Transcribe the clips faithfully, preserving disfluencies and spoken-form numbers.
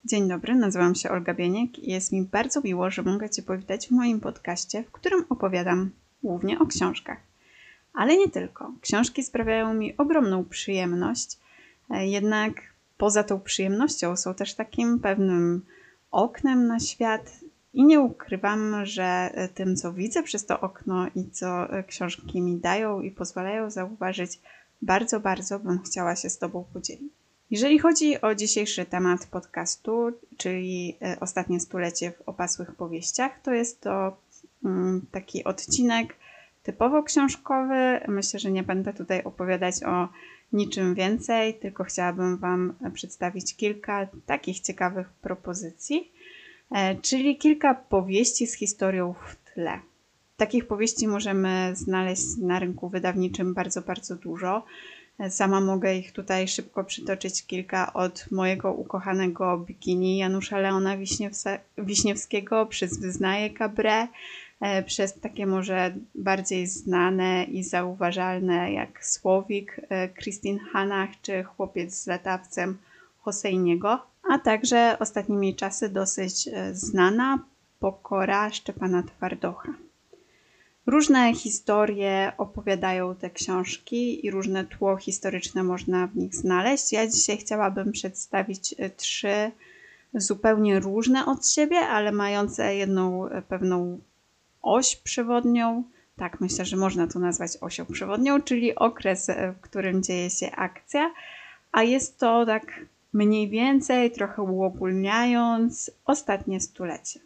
Dzień dobry, nazywam się Olga Bieniek i jest mi bardzo miło, że mogę Cię powitać w moim podcaście, w którym opowiadam głównie o książkach. Ale nie tylko. Książki sprawiają mi ogromną przyjemność, jednak poza tą przyjemnością są też takim pewnym oknem na świat i nie ukrywam, że tym, co widzę przez to okno i co książki mi dają i pozwalają zauważyć, bardzo, bardzo bym chciała się z Tobą podzielić. Jeżeli chodzi o dzisiejszy temat podcastu, czyli ostatnie stulecie w opasłych powieściach, to jest to taki odcinek typowo książkowy. Myślę, że nie będę tutaj opowiadać o niczym więcej, tylko chciałabym Wam przedstawić kilka takich ciekawych propozycji, czyli kilka powieści z historią w tle. Takich powieści możemy znaleźć na rynku wydawniczym bardzo, bardzo dużo. Sama mogę ich tutaj szybko przytoczyć kilka od mojego ukochanego Bikini Janusza Leona Wiśniewskiego, przez Wyznaje Cabré, przez takie może bardziej znane i zauważalne jak Słowik Kristin Hanach czy Chłopiec z latawcem Hosseiniego, a także ostatnimi czasy dosyć znana Pokora Szczepana Twardocha. Różne historie opowiadają te książki i różne tło historyczne można w nich znaleźć. Ja dzisiaj chciałabym przedstawić trzy zupełnie różne od siebie, ale mające jedną pewną oś przewodnią. Tak, myślę, że można to nazwać osią przewodnią, czyli okres, w którym dzieje się akcja, a jest to tak mniej więcej, trochę uogólniając, ostatnie stulecie.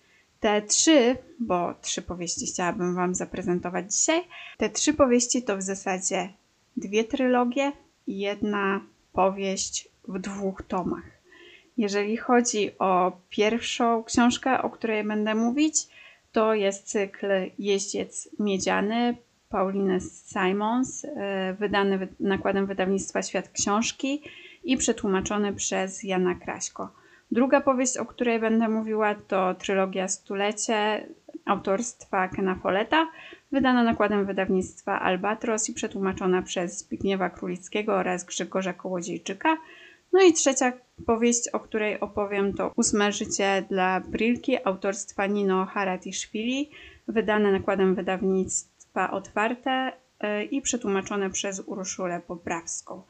Te trzy, bo trzy powieści chciałabym Wam zaprezentować dzisiaj, te trzy powieści to w zasadzie dwie trylogie i jedna powieść w dwóch tomach. Jeżeli chodzi o pierwszą książkę, o której będę mówić, to jest cykl Jeździec Miedziany Pauliny Simons, wydany nakładem wydawnictwa Świat Książki i przetłumaczony przez Jana Kraśko. Druga powieść, o której będę mówiła, to trylogia Stulecie autorstwa Kena Folletta, wydana nakładem wydawnictwa Albatros i przetłumaczona przez Zbigniewa Królickiego oraz Grzegorza Kołodziejczyka. No i trzecia powieść, o której opowiem, to Ósme życie dla Brilki autorstwa Nino Haratiszvili, wydane nakładem wydawnictwa Otwarte i przetłumaczone przez Urszulę Poprawską.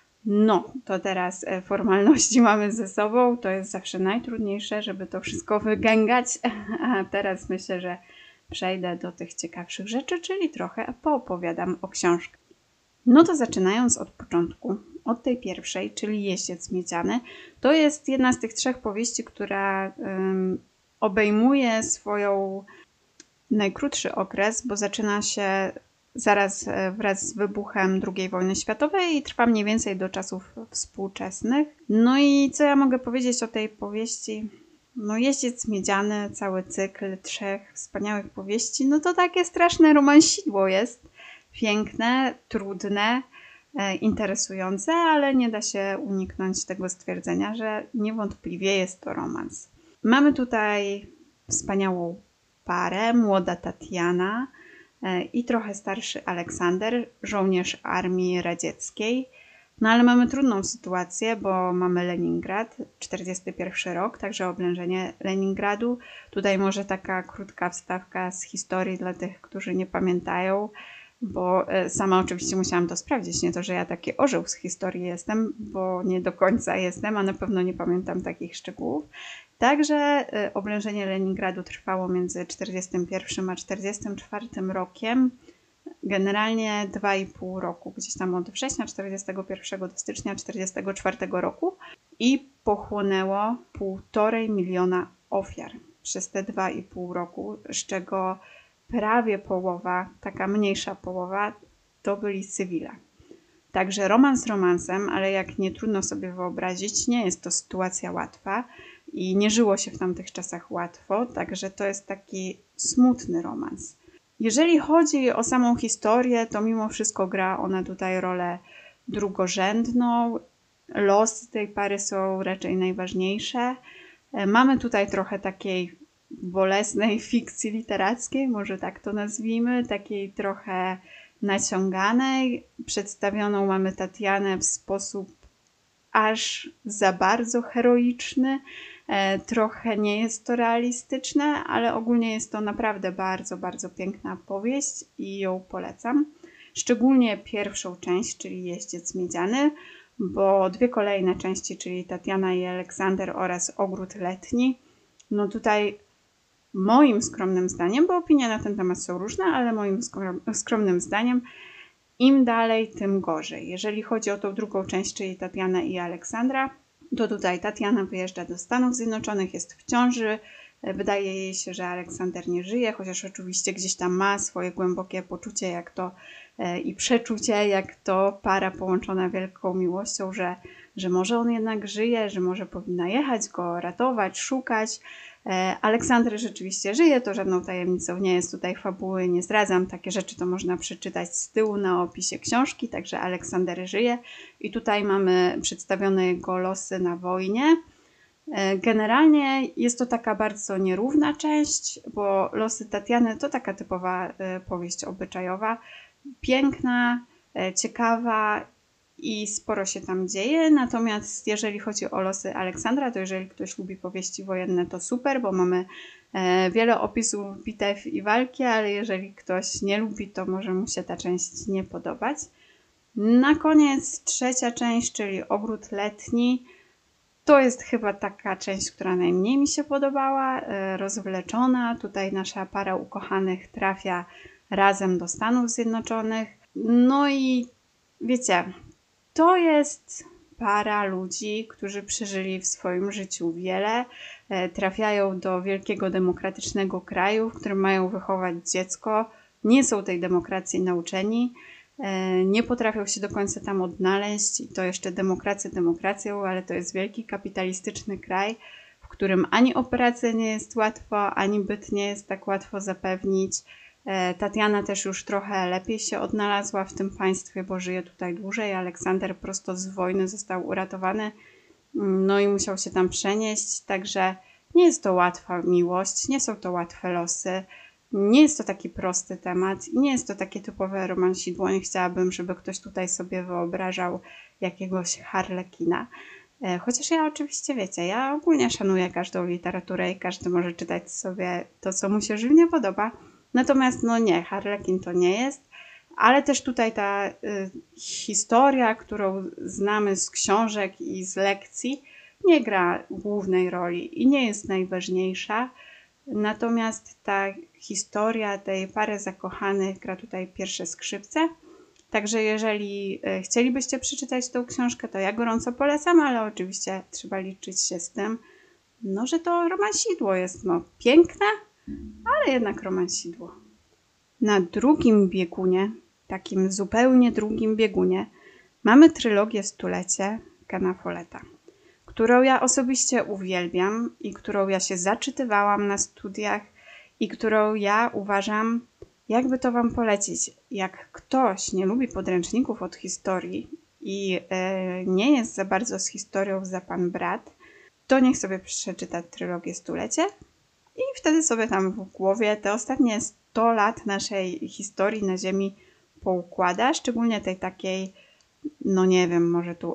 No, to teraz formalności mamy ze sobą. To jest zawsze najtrudniejsze, żeby to wszystko wygęgać. A teraz myślę, że przejdę do tych ciekawszych rzeczy, czyli trochę poopowiadam o książkach. No to zaczynając od początku, od tej pierwszej, czyli Jeździec Miedziany, to jest jedna z tych trzech powieści, która um, obejmuje swoją najkrótszy okres, bo zaczyna się zaraz wraz z wybuchem drugiej wojny światowej i trwa mniej więcej do czasów współczesnych. No i co ja mogę powiedzieć o tej powieści? No Jeździec Miedziany, cały cykl trzech wspaniałych powieści, no to takie straszne romansidło jest. Piękne, trudne, e, interesujące, ale nie da się uniknąć tego stwierdzenia, że niewątpliwie jest to romans. Mamy tutaj wspaniałą parę, młoda Tatiana i trochę starszy Aleksander, żołnierz armii radzieckiej. No ale mamy trudną sytuację, bo mamy Leningrad, czterdziesty pierwszy rok, także oblężenie Leningradu. Tutaj może taka krótka wstawka z historii dla tych, którzy nie pamiętają, bo sama oczywiście musiałam to sprawdzić. Nie to, że ja taki orzeł z historii jestem, bo nie do końca jestem, a na pewno nie pamiętam takich szczegółów. Także oblężenie Leningradu trwało między czterdziestym pierwszym a czterdziestym czwartym rokiem. Generalnie dwa i pół roku, gdzieś tam od września czterdziestego pierwszego do stycznia czterdziestego czwartego roku i pochłonęło półtorej miliona ofiar przez te dwa i pół roku, z czego prawie połowa, taka mniejsza połowa, to byli cywile. Także romans romansem, ale jak nie trudno sobie wyobrazić, nie jest to sytuacja łatwa i nie żyło się w tamtych czasach łatwo, także to jest taki smutny romans. Jeżeli chodzi o samą historię, to mimo wszystko gra ona tutaj rolę drugorzędną. Losy tej pary są raczej najważniejsze. Mamy tutaj trochę takiej bolesnej fikcji literackiej, może tak to nazwijmy, takiej trochę naciąganej. Przedstawioną mamy Tatianę w sposób aż za bardzo heroiczny, e, trochę nie jest to realistyczne, ale ogólnie jest to naprawdę bardzo, bardzo piękna powieść i ją polecam. Szczególnie pierwszą część, czyli Jeździec Miedziany, bo dwie kolejne części, czyli Tatiana i Aleksander oraz Ogród Letni, no tutaj moim skromnym zdaniem, bo opinie na ten temat są różne, ale moim skromnym zdaniem im dalej, tym gorzej. Jeżeli chodzi o tą drugą część, czyli Tatiana i Aleksandra, to tutaj Tatiana wyjeżdża do Stanów Zjednoczonych, jest w ciąży. Wydaje jej się, że Aleksander nie żyje, chociaż oczywiście gdzieś tam ma swoje głębokie poczucie jak to e, i przeczucie, jak to para połączona wielką miłością, że, że może on jednak żyje, że może powinna jechać go ratować, szukać. E, Aleksander rzeczywiście żyje, to żadną tajemnicą nie jest, tutaj fabuły nie zdradzam, takie rzeczy to można przeczytać z tyłu na opisie książki, także Aleksander żyje i tutaj mamy przedstawione jego losy na wojnie. Generalnie jest to taka bardzo nierówna część, bo Losy Tatiany to taka typowa powieść obyczajowa, piękna, ciekawa i sporo się tam dzieje. Natomiast jeżeli chodzi o Losy Aleksandra, to jeżeli ktoś lubi powieści wojenne, to super, bo mamy wiele opisów bitew i walki, ale jeżeli ktoś nie lubi, to może mu się ta część nie podobać. Na koniec trzecia część, czyli Ogród Letni. To jest chyba taka część, która najmniej mi się podobała, rozwleczona. Tutaj nasza para ukochanych trafia razem do Stanów Zjednoczonych. No i wiecie, to jest para ludzi, którzy przeżyli w swoim życiu wiele. Trafiają do wielkiego demokratycznego kraju, w którym mają wychować dziecko. Nie są tej demokracji nauczeni. Nie potrafią się do końca tam odnaleźć i to jeszcze demokracja demokracją, ale to jest wielki kapitalistyczny kraj, w którym ani o pracę nie jest łatwo, ani byt nie jest tak łatwo zapewnić. Tatiana też już trochę lepiej się odnalazła w tym państwie, bo żyje tutaj dłużej. Aleksander prosto z wojny został uratowany, no i musiał się tam przenieść, także nie jest to łatwa miłość, nie są to łatwe losy. Nie jest to taki prosty temat i nie jest to takie typowe romansidło. Nie chciałabym, żeby ktoś tutaj sobie wyobrażał jakiegoś harlekina. Chociaż ja oczywiście, wiecie, ja ogólnie szanuję każdą literaturę i każdy może czytać sobie to, co mu się żywnie podoba. Natomiast no nie, harlekin to nie jest. Ale też tutaj ta y, historia, którą znamy z książek i z lekcji, nie gra głównej roli i nie jest najważniejsza. Natomiast ta historia tej pary zakochanych gra tutaj pierwsze skrzypce. Także jeżeli chcielibyście przeczytać tą książkę, to ja gorąco polecam, ale oczywiście trzeba liczyć się z tym, no, że to romansidło jest no, piękne, ale jednak romansidło. Na drugim biegunie, takim zupełnie drugim biegunie, mamy trylogię Stulecie Kena Folletta, którą ja osobiście uwielbiam i którą ja się zaczytywałam na studiach i którą ja uważam, jakby to wam polecić, jak ktoś nie lubi podręczników od historii i e, nie jest za bardzo z historią za pan brat, to niech sobie przeczyta trylogię Stulecie i wtedy sobie tam w głowie te ostatnie sto lat naszej historii na Ziemi poukłada, szczególnie tej takiej, no nie wiem, może tu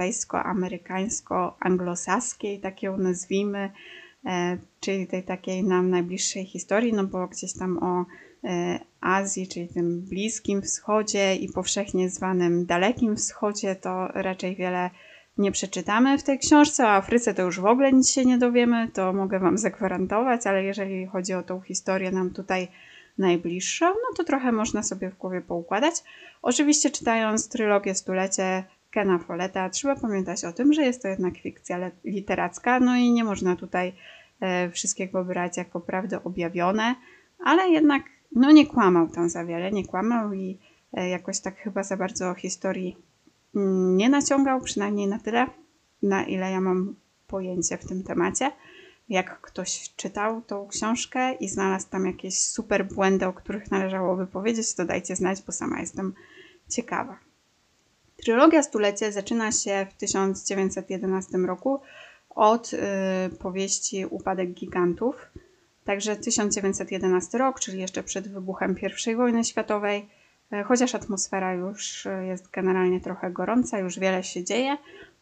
europejsko-amerykańsko-anglosaskiej, tak ją nazwijmy, e, czyli tej takiej nam najbliższej historii, no bo gdzieś tam o e, Azji, czyli tym Bliskim Wschodzie i powszechnie zwanym Dalekim Wschodzie, to raczej wiele nie przeczytamy w tej książce. O Afryce to już w ogóle nic się nie dowiemy, to mogę wam zagwarantować, ale jeżeli chodzi o tą historię nam tutaj najbliższą, no to trochę można sobie w głowie poukładać. Oczywiście czytając trylogię Stulecie Kena Folletta trzeba pamiętać o tym, że jest to jednak fikcja literacka, no i nie można tutaj e, wszystkiego brać jako prawdy objawione, ale jednak no nie kłamał tam za wiele, nie kłamał i e, jakoś tak chyba za bardzo historii mm, nie naciągał, przynajmniej na tyle, na ile ja mam pojęcie w tym temacie. Jak ktoś czytał tą książkę i znalazł tam jakieś super błędy, o których należałoby powiedzieć, to dajcie znać, bo sama jestem ciekawa. Trylogia Stulecie zaczyna się w tysiąc dziewięćset jedenastym roku od y, powieści Upadek Gigantów. Także tysiąc dziewięćset jedenasty rok, czyli jeszcze przed wybuchem pierwszej wojny światowej, y, chociaż atmosfera już jest generalnie trochę gorąca, już wiele się dzieje,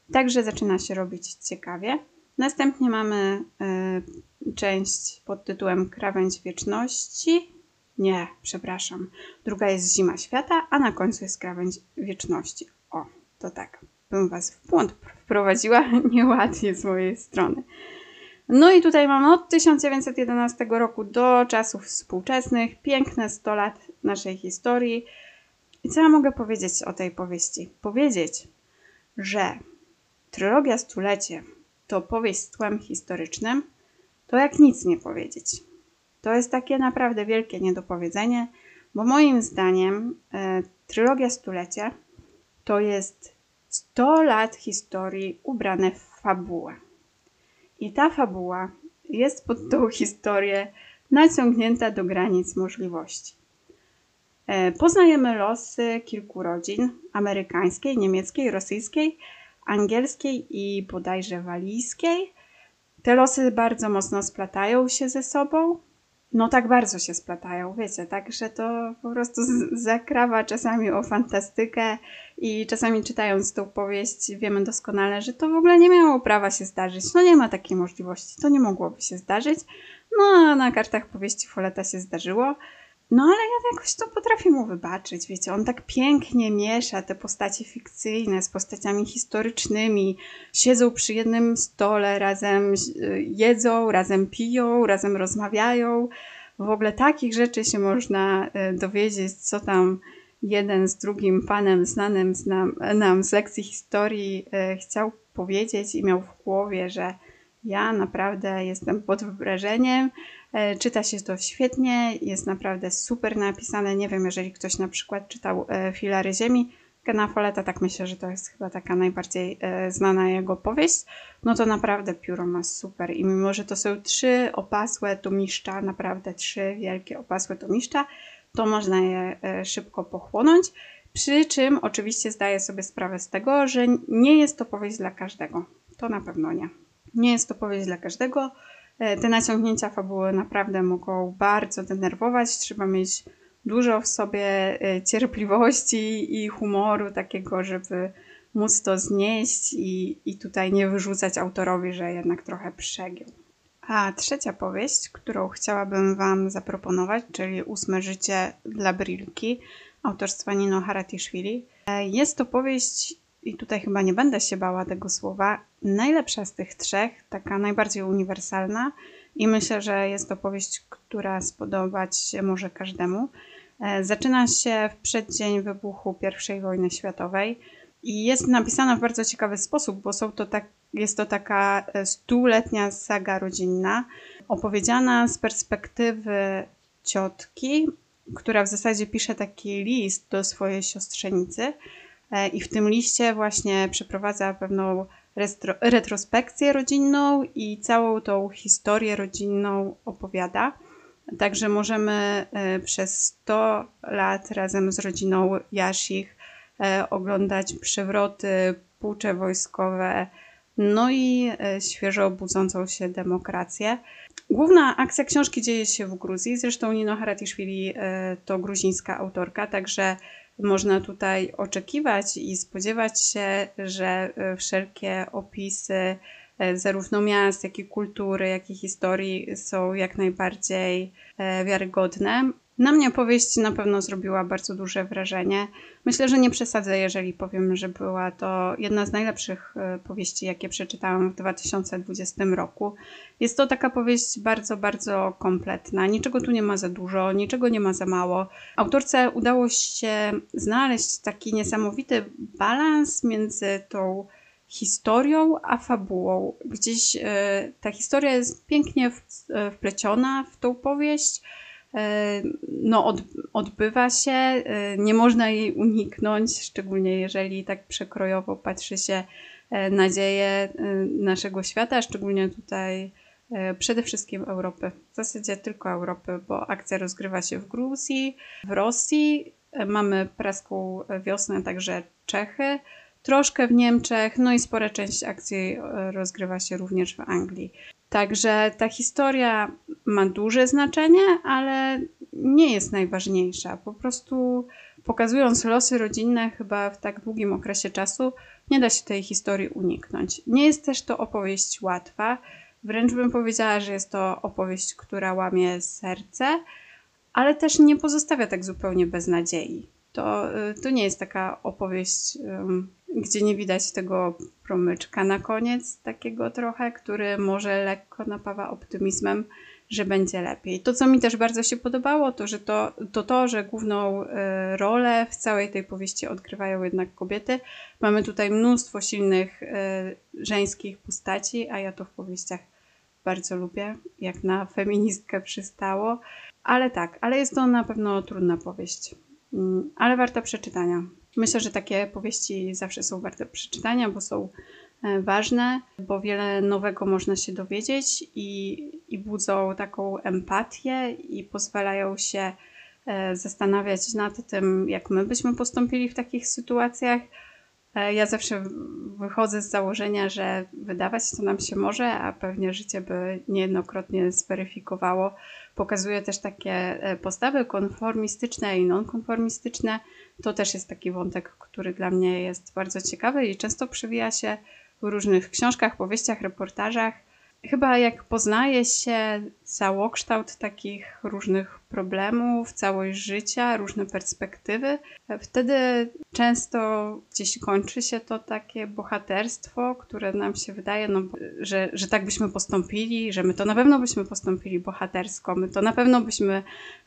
Także zaczyna się robić ciekawie. Następnie mamy y, część pod tytułem Krawędź Wieczności. Nie, przepraszam. Druga jest Zima Świata, a na końcu jest Krawędź Wieczności. O, to tak. Bym was w błąd wprowadziła nieładnie z mojej strony. No i tutaj mamy od tysiąc dziewięćset jedenastego roku do czasów współczesnych. Piękne sto lat naszej historii. I co ja mogę powiedzieć o tej powieści? Powiedzieć, że trylogia Stulecie to powieść z tłem historycznym, to jak nic nie powiedzieć. To jest takie naprawdę wielkie niedopowiedzenie, bo moim zdaniem e, trylogia Stulecie to jest sto lat historii ubrane w fabułę. I ta fabuła jest pod tą historię naciągnięta do granic możliwości. E, poznajemy losy kilku rodzin amerykańskiej, niemieckiej, rosyjskiej, angielskiej i bodajże walijskiej. Te losy bardzo mocno splatają się ze sobą. No tak bardzo się splatają, wiecie, tak, że to po prostu zakrawa czasami o fantastykę i czasami czytając tą powieść wiemy doskonale, że to w ogóle nie miało prawa się zdarzyć. No nie ma takiej możliwości, to nie mogłoby się zdarzyć. No a na kartach powieści Folletta się zdarzyło. No ale ja jakoś to potrafię mu wybaczyć, wiecie, on tak pięknie miesza te postacie fikcyjne z postaciami historycznymi, siedzą przy jednym stole, razem jedzą, razem piją, razem rozmawiają. W ogóle takich rzeczy się można dowiedzieć, co tam jeden z drugim panem znanym nam, nam z lekcji historii chciał powiedzieć i miał w głowie, że ja naprawdę jestem pod wrażeniem. Czyta się to świetnie, jest naprawdę super napisane. Nie wiem, jeżeli ktoś na przykład czytał Filary Ziemi Kena Folletta, tak myślę, że to jest chyba taka najbardziej znana jego powieść, no to naprawdę pióro ma super. I mimo, że to są trzy opasłe tomiszcza, naprawdę trzy wielkie opasłe tomiszcza, to można je szybko pochłonąć. Przy czym oczywiście zdaję sobie sprawę z tego, że nie jest to powieść dla każdego. To na pewno nie. Nie jest to powieść dla każdego. Te naciągnięcia fabuły naprawdę mogą bardzo denerwować. Trzeba mieć dużo w sobie cierpliwości i humoru takiego, żeby móc to znieść i, i tutaj nie wyrzucać autorowi, że jednak trochę przegiął. A trzecia powieść, którą chciałabym wam zaproponować, czyli Ósme życie dla Brilki, autorstwa Nino Haratiszvili. Jest to powieść, i tutaj chyba nie będę się bała tego słowa, najlepsza z tych trzech, taka najbardziej uniwersalna i myślę, że jest to powieść, która spodobać się może każdemu. Zaczyna się w przeddzień wybuchu pierwszej wojny światowej i jest napisana w bardzo ciekawy sposób, bo są to tak, jest to taka stuletnia saga rodzinna, opowiedziana z perspektywy ciotki, która w zasadzie pisze taki list do swojej siostrzenicy i w tym liście właśnie przeprowadza pewną retro, retrospekcję rodzinną i całą tą historię rodzinną opowiada. Także możemy przez sto lat razem z rodziną Jasich oglądać przewroty, pucze wojskowe, no i świeżo budzącą się demokrację. Główna akcja książki dzieje się w Gruzji, zresztą Nino Haratiszvili to gruzińska autorka, także można tutaj oczekiwać i spodziewać się, że wszelkie opisy zarówno miast, jak i kultury, jak i historii są jak najbardziej wiarygodne. Na mnie powieść na pewno zrobiła bardzo duże wrażenie. Myślę, że nie przesadzę, jeżeli powiem, że była to jedna z najlepszych powieści, jakie przeczytałam w dwa tysiące dwudziestym roku. Jest to taka powieść bardzo, bardzo kompletna. Niczego tu nie ma za dużo, niczego nie ma za mało. Autorce udało się znaleźć taki niesamowity balans między tą historią a fabułą. Gdzieś ta historia jest pięknie wpleciona w tą powieść. No, od, odbywa się, nie można jej uniknąć, szczególnie jeżeli tak przekrojowo patrzy się na dzieje naszego świata, szczególnie tutaj przede wszystkim Europy. W zasadzie tylko Europy, bo akcja rozgrywa się w Gruzji, w Rosji, mamy praską wiosnę, także Czechy, troszkę w Niemczech, no i spora część akcji rozgrywa się również w Anglii. Także ta historia ma duże znaczenie, ale nie jest najważniejsza. Po prostu pokazując losy rodzinne chyba w tak długim okresie czasu, nie da się tej historii uniknąć. Nie jest też to opowieść łatwa, wręcz bym powiedziała, że jest to opowieść, która łamie serce, ale też nie pozostawia tak zupełnie bez nadziei. To, to nie jest taka opowieść, um, gdzie nie widać tego promyczka na koniec, takiego trochę, który może lekko napawa optymizmem, że będzie lepiej. To, co mi też bardzo się podobało, to że to, to, to że główną y, rolę w całej tej powieści odgrywają jednak kobiety. Mamy tutaj mnóstwo silnych y, żeńskich postaci, a ja to w powieściach bardzo lubię, jak na feministkę przystało. Ale tak, ale jest to na pewno trudna powieść, ale warta przeczytania. Myślę, że takie powieści zawsze są warte przeczytania, bo są ważne, bo wiele nowego można się dowiedzieć i, i budzą taką empatię i pozwalają się zastanawiać nad tym, jak my byśmy postąpili w takich sytuacjach. Ja zawsze wychodzę z założenia, że wydawać to nam się może, a pewnie życie by niejednokrotnie zweryfikowało. Pokazuje też takie postawy konformistyczne i nonkonformistyczne. To też jest taki wątek, który dla mnie jest bardzo ciekawy i często przewija się w różnych książkach, powieściach, reportażach. Chyba jak poznaje się całokształt takich różnych problemów, całość życia, różne perspektywy, wtedy często gdzieś kończy się to takie bohaterstwo, które nam się wydaje, no, że, że tak byśmy postąpili, że my to na pewno byśmy postąpili bohatersko, my to na pewno byśmy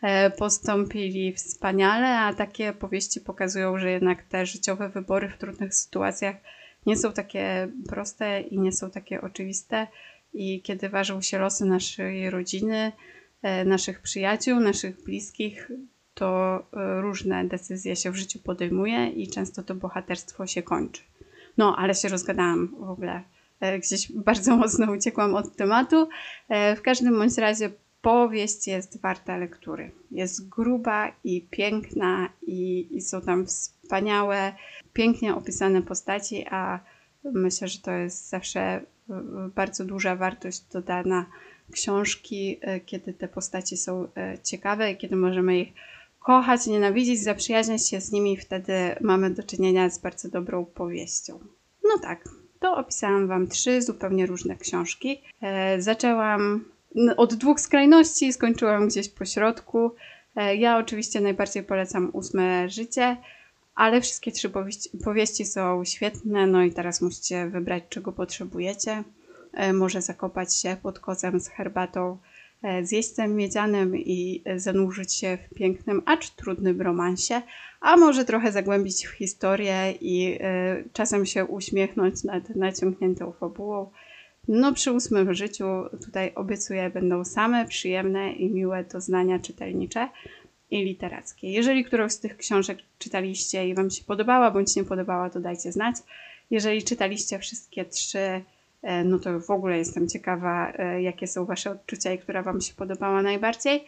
postąpili wspaniale, a takie powieści pokazują, że jednak te życiowe wybory w trudnych sytuacjach nie są takie proste i nie są takie oczywiste. I kiedy ważą się losy naszej rodziny, naszych przyjaciół, naszych bliskich, to różne decyzje się w życiu podejmuje i często to bohaterstwo się kończy. No, ale się rozgadałam w ogóle. Gdzieś bardzo mocno uciekłam od tematu. W każdym bądź razie powieść jest warta lektury. Jest gruba i piękna i, i są tam wspaniałe, pięknie opisane postaci, a myślę, że to jest zawsze bardzo duża wartość dodana książki, kiedy te postaci są ciekawe i kiedy możemy ich kochać, nienawidzić, zaprzyjaźniać się z nimi, wtedy mamy do czynienia z bardzo dobrą powieścią. No tak, to opisałam Wam trzy zupełnie różne książki. Zaczęłam od dwóch skrajności, skończyłam gdzieś po środku. Ja oczywiście najbardziej polecam Ósme życie, ale wszystkie trzy powieści, powieści są świetne, no i teraz musicie wybrać, czego potrzebujecie. E, może zakopać się pod kozem z herbatą, e, z jeźdźcem miedzianym i zanurzyć się w pięknym, acz trudnym romansie, a może trochę zagłębić w historię i e, czasem się uśmiechnąć nad naciągniętą fabułą. No przy Ósmym życiu tutaj obiecuję, będą same przyjemne i miłe doznania czytelnicze i literackie. Jeżeli którąś z tych książek czytaliście i Wam się podobała bądź nie podobała, to dajcie znać. Jeżeli czytaliście wszystkie trzy, no to w ogóle jestem ciekawa, jakie są Wasze odczucia i która Wam się podobała najbardziej.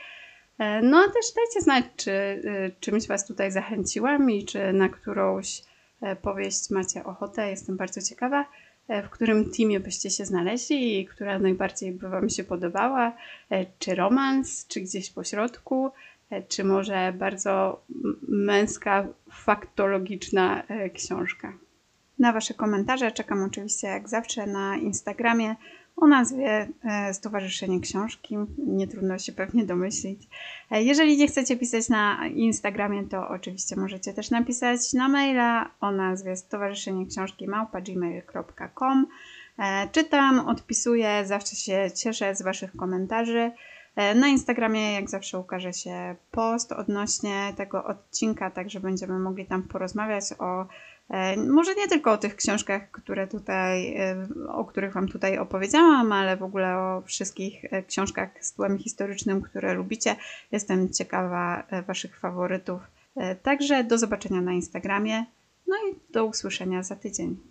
No a też dajcie znać, czy czymś Was tutaj zachęciłam i czy na którąś powieść macie ochotę. Jestem bardzo ciekawa, w którym teamie byście się znaleźli i która najbardziej by Wam się podobała. Czy romans, czy gdzieś po środku, czy może bardzo męska, faktologiczna książka. Na Wasze komentarze czekam oczywiście jak zawsze na Instagramie o nazwie Stowarzyszenie Książki. Nie trudno się pewnie domyślić. Jeżeli nie chcecie pisać na Instagramie, to oczywiście możecie też napisać na maila o nazwie stowarzyszenie książki małpa gmail kropka com. Czytam, odpisuję, zawsze się cieszę z Waszych komentarzy. Na Instagramie jak zawsze ukaże się post odnośnie tego odcinka, także będziemy mogli tam porozmawiać o może nie tylko o tych książkach, które tutaj, o których Wam tutaj opowiedziałam, ale w ogóle o wszystkich książkach z tłem historycznym, które lubicie. Jestem ciekawa Waszych faworytów. Także do zobaczenia na Instagramie, no i do usłyszenia za tydzień.